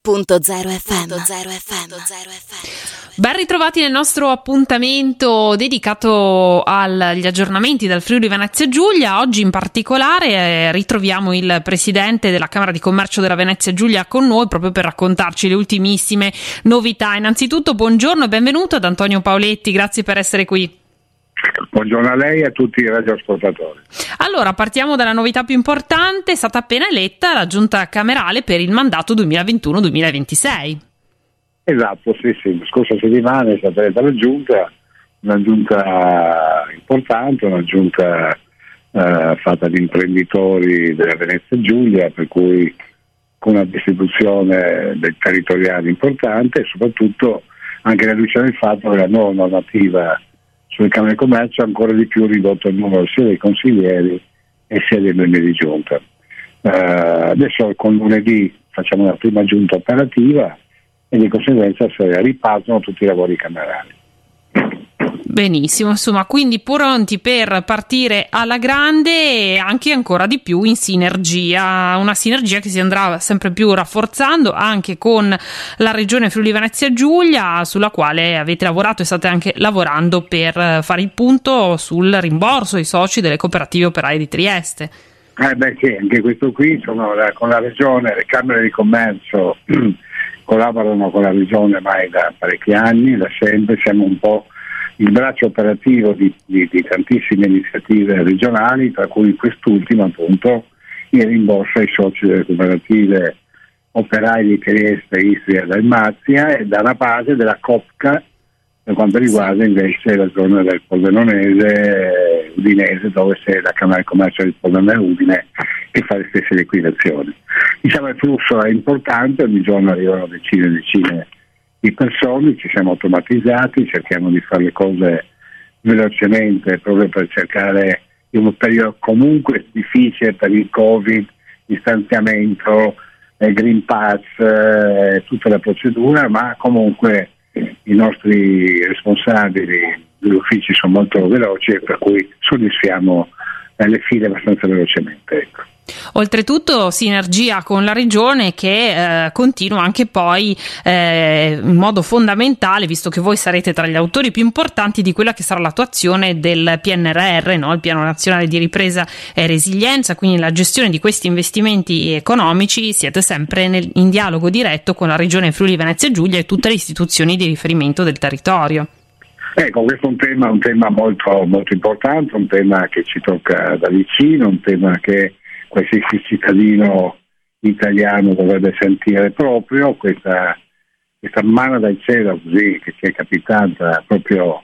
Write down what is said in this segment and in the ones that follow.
Punto FM. Ben ritrovati nel nostro appuntamento dedicato agli aggiornamenti dal Friuli Venezia Giulia. Oggi in particolare ritroviamo il presidente della Camera di Commercio della Venezia Giulia con noi proprio per raccontarci le ultimissime novità. Innanzitutto buongiorno e benvenuto ad Antonio Paoletti, grazie per essere qui. Buongiorno a lei e a tutti i radioascoltatori. Allora, partiamo dalla novità più importante. È stata appena eletta la giunta camerale per il mandato 2021-2026. Esatto, sì. La scorsa settimana è stata eletta la giunta, una giunta importante, una giunta fatta di imprenditori della Venezia Giulia, per cui con una distribuzione del territoriale importante e soprattutto anche alla luce del fatto che la nuova normativa sulle Camere di Commercio ha ancora di più ridotto il numero sia dei consiglieri e sia dei membri di giunta. Adesso con lunedì facciamo la prima giunta operativa e di conseguenza ripartono tutti i lavori camerali. Benissimo, insomma, quindi pronti per partire alla grande e anche ancora di più in sinergia, una sinergia che si andrà sempre più rafforzando anche con la regione Friuli Venezia Giulia, sulla quale avete lavorato e state anche lavorando per fare il punto sul rimborso ai soci delle cooperative operaie di Trieste. Sì, anche questo qui, insomma, con la regione, le Camere di Commercio collaborano con la regione ormai da parecchi anni, da sempre, siamo un po' il braccio operativo di tantissime iniziative regionali, tra cui quest'ultima appunto il rimborso ai soci delle cooperative operai di Trieste, Istria e Dalmazia, e dalla parte della COPCA per quanto riguarda invece la zona del Pordenonese, Udinese, dove c'è la Camera di Commercio di Pordenone Udine che fa le stesse liquidazioni. Diciamo il flusso è importante, ogni giorno arrivano decine e decine di persone, ci siamo automatizzati, cerchiamo di fare le cose velocemente proprio per cercare in un periodo comunque difficile per il Covid, distanziamento, Green Pass, tutta la procedura, ma comunque i nostri responsabili degli uffici sono molto veloci e per cui soddisfiamo le file abbastanza velocemente. Ecco. Oltretutto sinergia con la regione che continua anche poi in modo fondamentale, visto che voi sarete tra gli autori più importanti di quella che sarà l'attuazione del PNRR, no? Il Piano Nazionale di Ripresa e Resilienza, quindi la gestione di questi investimenti economici. Siete sempre in dialogo diretto con la regione Friuli Venezia Giulia e tutte le istituzioni di riferimento del territorio. Ecco, questo è un tema molto, molto importante, un tema che ci tocca da vicino, un tema che qualsiasi cittadino italiano dovrebbe sentire proprio, questa mano dal cielo così che ci è capitata proprio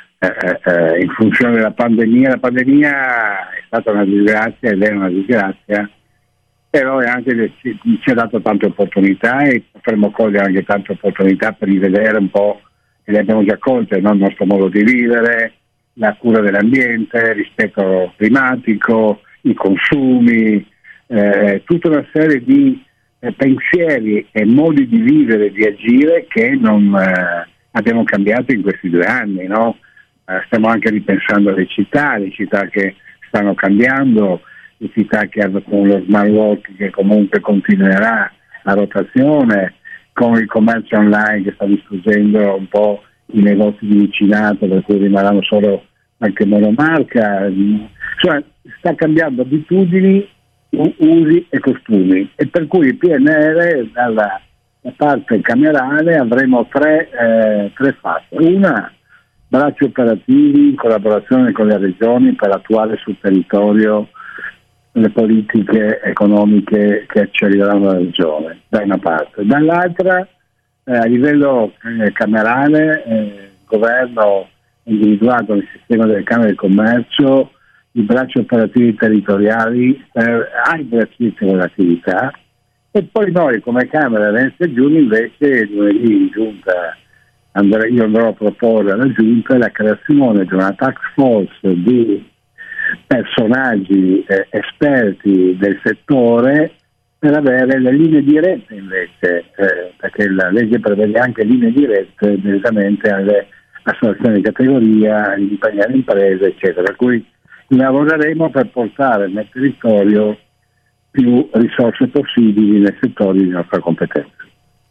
in funzione della pandemia. La pandemia è stata una disgrazia ed è una disgrazia, però ci ha dato tante opportunità e potremmo cogliere anche tante opportunità per rivedere un po', e le abbiamo già colte, no? Il nostro modo di vivere, la cura dell'ambiente, il rispetto climatico, i consumi, tutta una serie di pensieri e modi di vivere e di agire che non abbiamo cambiato in questi 2 anni, no? Stiamo anche ripensando alle città, le città che stanno cambiando, le città che hanno con lo smart working che comunque continuerà a rotazione, con il commercio online che sta distruggendo un po' i negozi di vicinato, per cui rimarranno solo anche monomarca, cioè sta cambiando abitudini, usi e costumi, e per cui il PNR dalla parte camerale avremo tre fasi. Una, bracci operativi in collaborazione con le regioni per attuare sul territorio le politiche economiche che ci arriveranno dalla regione, da una parte. Dall'altra, a livello camerale, il governo ha individuato nel sistema delle Camere di Commercio i bracci operativi territoriali per anche l'esercizio dell'attività, e poi noi come Camera Venezia Giulia invece lunedì in giunta io andrò a proporre alla giunta la creazione di una task force di personaggi esperti del settore per avere le linee dirette invece, perché la legge prevede anche linee dirette direttamente alle associazioni di categoria, agli impegni imprese, eccetera. Per cui lavoreremo per portare nel territorio più risorse possibili nei settori di nostra competenza.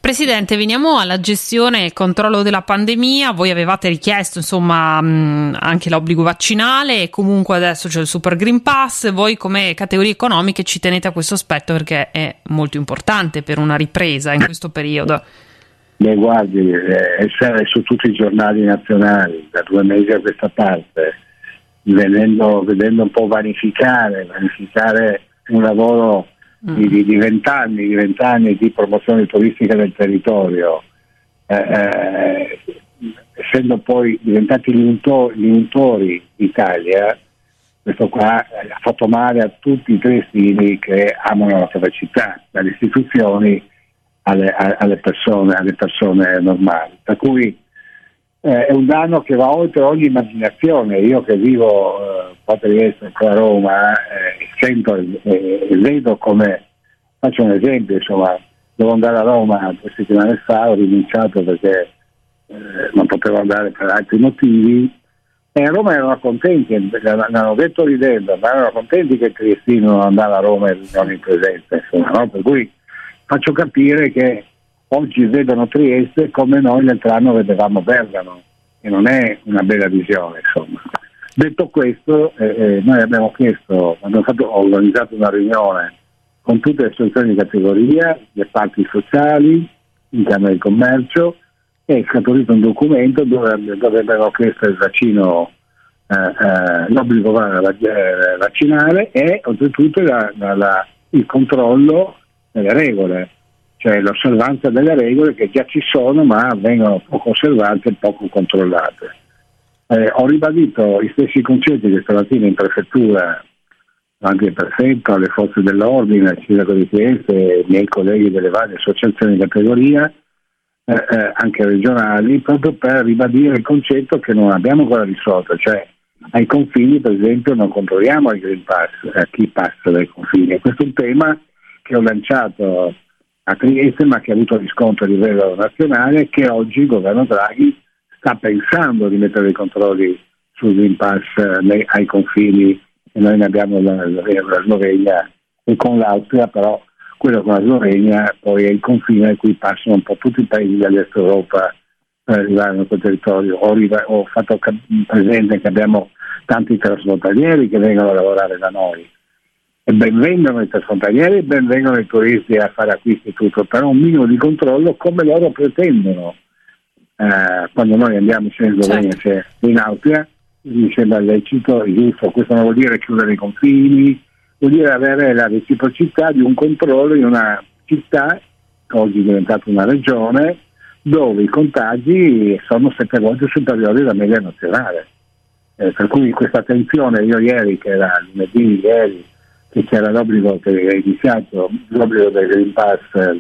Presidente, veniamo alla gestione e controllo della pandemia. Voi avevate richiesto anche l'obbligo vaccinale e comunque adesso c'è il Super Green Pass. Voi come categorie economiche ci tenete a questo aspetto perché è molto importante per una ripresa in questo periodo. Beh, guardi, essere su tutti i giornali nazionali da 2 mesi a questa parte, vedendo un po' vanificare un lavoro di 20 anni di promozione turistica del territorio, essendo poi diventati gli untori d'Italia, questo qua ha fatto male a tutti i triestini che amano la propria città, dalle istituzioni alle persone normali, per cui è un danno che va oltre ogni immaginazione. Io che vivo qua a Trieste, qua a Roma, sento e vedo come, faccio un esempio, insomma, devo andare a Roma 2 settimane fa, ho rinunciato perché non potevo andare per altri motivi, e a Roma erano contenti, l'hanno detto ridendo, ma erano contenti che il triestino non andava a Roma e non in presenza, insomma, no? Per cui faccio capire che oggi vedono Trieste come noi l'altro anno vedevamo Bergamo, e non è una bella visione, insomma. Detto questo, noi abbiamo organizzato una riunione con tutte le associazioni di categoria, le parti sociali, in Camera di Commercio, e scaturito un documento dove abbiamo chiesto il vaccino, l'obbligo vaccinale e oltretutto il controllo delle regole, cioè l'osservanza delle regole che già ci sono ma vengono poco osservate e poco controllate. Ho ribadito gli stessi concetti che stamattina in prefettura, anche il prefetto, le forze dell'ordine, il sindaco di Trieste, i miei colleghi delle varie associazioni di categoria, anche regionali, proprio per ribadire il concetto che non abbiamo ancora risolto, cioè ai confini per esempio non controlliamo il Green Pass, chi passa dai confini. Questo è un tema che ho lanciato a Trieste ma che ha avuto riscontro a livello nazionale, che oggi il governo Draghi sta pensando di mettere i controlli sul Green Pass ai confini, e noi ne abbiamo la Slovenia e con l'Austria, però quello con la Slovenia poi è il confine a cui passano un po' tutti i paesi dell'est Europa per arrivare al nostro territorio. Ho fatto presente che abbiamo tanti trasfrontalieri che vengono a lavorare da noi, e ben vengano i trasfrontalieri e ben vengano i turisti a fare acquisti e tutto, però un minimo di controllo come loro pretendono. Quando noi andiamo in Slovenia, certo, in Austria, mi sembra lecito e giusto. Questo non vuol dire chiudere i confini, vuol dire avere la reciprocità di un controllo in una città che oggi è diventata una regione dove i contagi sono 7 volte superiori alla media nazionale, per cui questa attenzione, io ieri, che era lunedì ieri, che c'era l'obbligo che è iniziato, l'obbligo del Green Pass,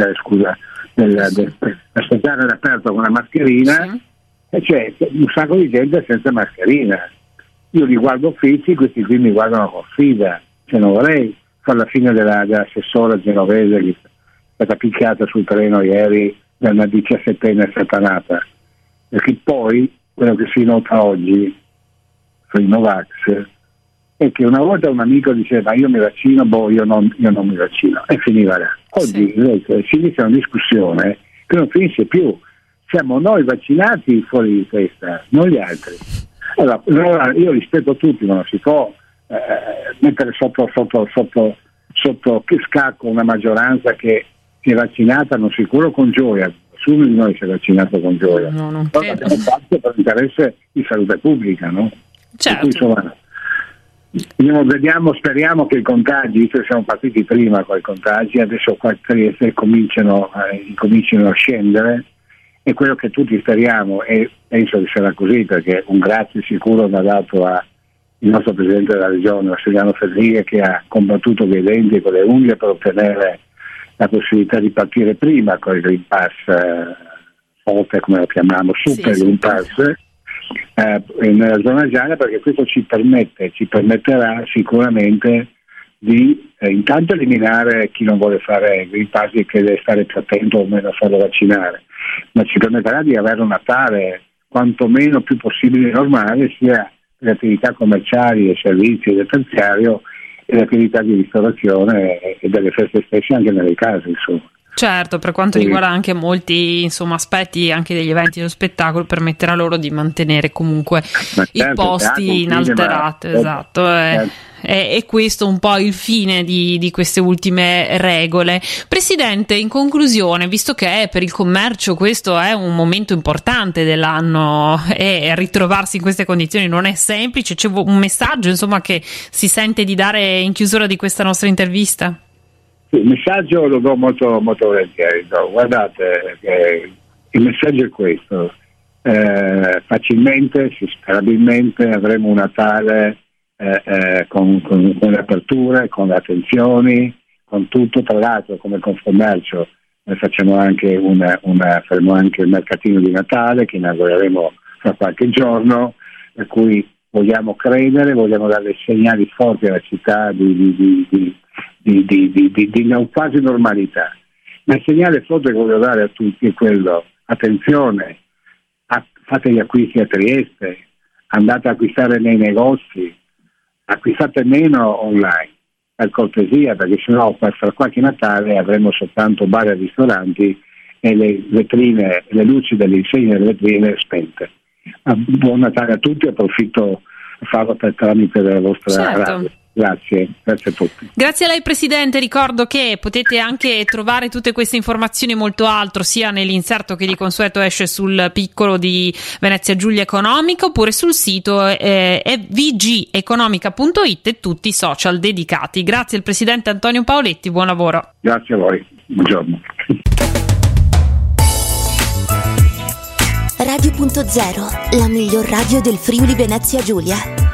aspettare all'aperto con la mascherina, sì, e c'è un sacco di gente senza mascherina. Io li guardo fissi, questi qui mi guardano con sfida, cioè non vorrei fare la fine dell'assessora genovese che è stata picchiata sul treno ieri da una 17enne satanata, perché poi quello che si nota oggi sui Novax è che una volta un amico diceva io mi vaccino, io non mi vaccino, e finiva là. Oggi invece si inizia una discussione che non finisce più, siamo noi vaccinati fuori di testa, non gli altri. Allora io rispetto tutti, ma non si può mettere sotto che scacco una maggioranza che si è vaccinata, non sicuro con gioia, nessuno di noi si è vaccinato con gioia, no, non però l'abbiamo fatto per interesse di salute pubblica, no? Certo. Cui, insomma, speriamo che i contagi, visto che siamo partiti prima con i contagi, adesso qua a Trieste cominciano a scendere, e quello che tutti speriamo, e penso che sarà così, perché un grazie sicuro va dato al nostro Presidente della Regione, Massimiliano Fedriga, che ha combattuto con i denti e con le unghie per ottenere la possibilità di partire prima con il Green Pass forte, come lo chiamiamo, Super Green Pass, nella zona gialla, perché questo ci permetterà sicuramente di intanto eliminare chi non vuole fare Green Pass e che deve stare più attento o meno a farlo vaccinare, ma ci permetterà di avere un Natale quantomeno più possibile normale, sia le attività commerciali e servizi del terziario e le attività di ristorazione e delle feste stesse anche nelle case, insomma. Certo, per quanto riguarda anche molti aspetti anche degli eventi dello spettacolo, permetterà loro di mantenere comunque i posti inalterati. Esatto. È questo un po' il fine di queste ultime regole. Presidente, in conclusione, visto che per il commercio questo è un momento importante dell'anno e ritrovarsi in queste condizioni non è semplice, c'è un messaggio che si sente di dare in chiusura di questa nostra intervista? Il messaggio lo do molto, molto volentieri. Guardate, il messaggio è questo: facilmente, sperabilmente avremo un Natale con le aperture, con le attenzioni, con tutto. Tra l'altro, come Confcommercio noi facciamo anche faremo anche il mercatino di Natale che inaugureremo fra qualche giorno, per cui vogliamo credere, vogliamo dare segnali forti alla città di quasi normalità. Ma il segnale forte che voglio dare a tutti è quello: attenzione, fate gli acquisti a Trieste, andate a acquistare nei negozi, acquistate meno online, per cortesia, perché sennò fra qualche Natale avremo soltanto bar e ristoranti e le vetrine, le luci delle insegne delle vetrine spente. Buon Natale a tutti, approfitto a farlo per tramite della vostra radio. Grazie a tutti. Grazie a lei Presidente, ricordo che potete anche trovare tutte queste informazioni e molto altro sia nell'inserto che di consueto esce sul piccolo di Venezia Giulia Economica oppure sul sito vgeconomica.it e tutti i social dedicati. Grazie al Presidente Antonio Paoletti, buon lavoro. Grazie a voi, buongiorno. Radio.0, la miglior radio del Friuli Venezia Giulia.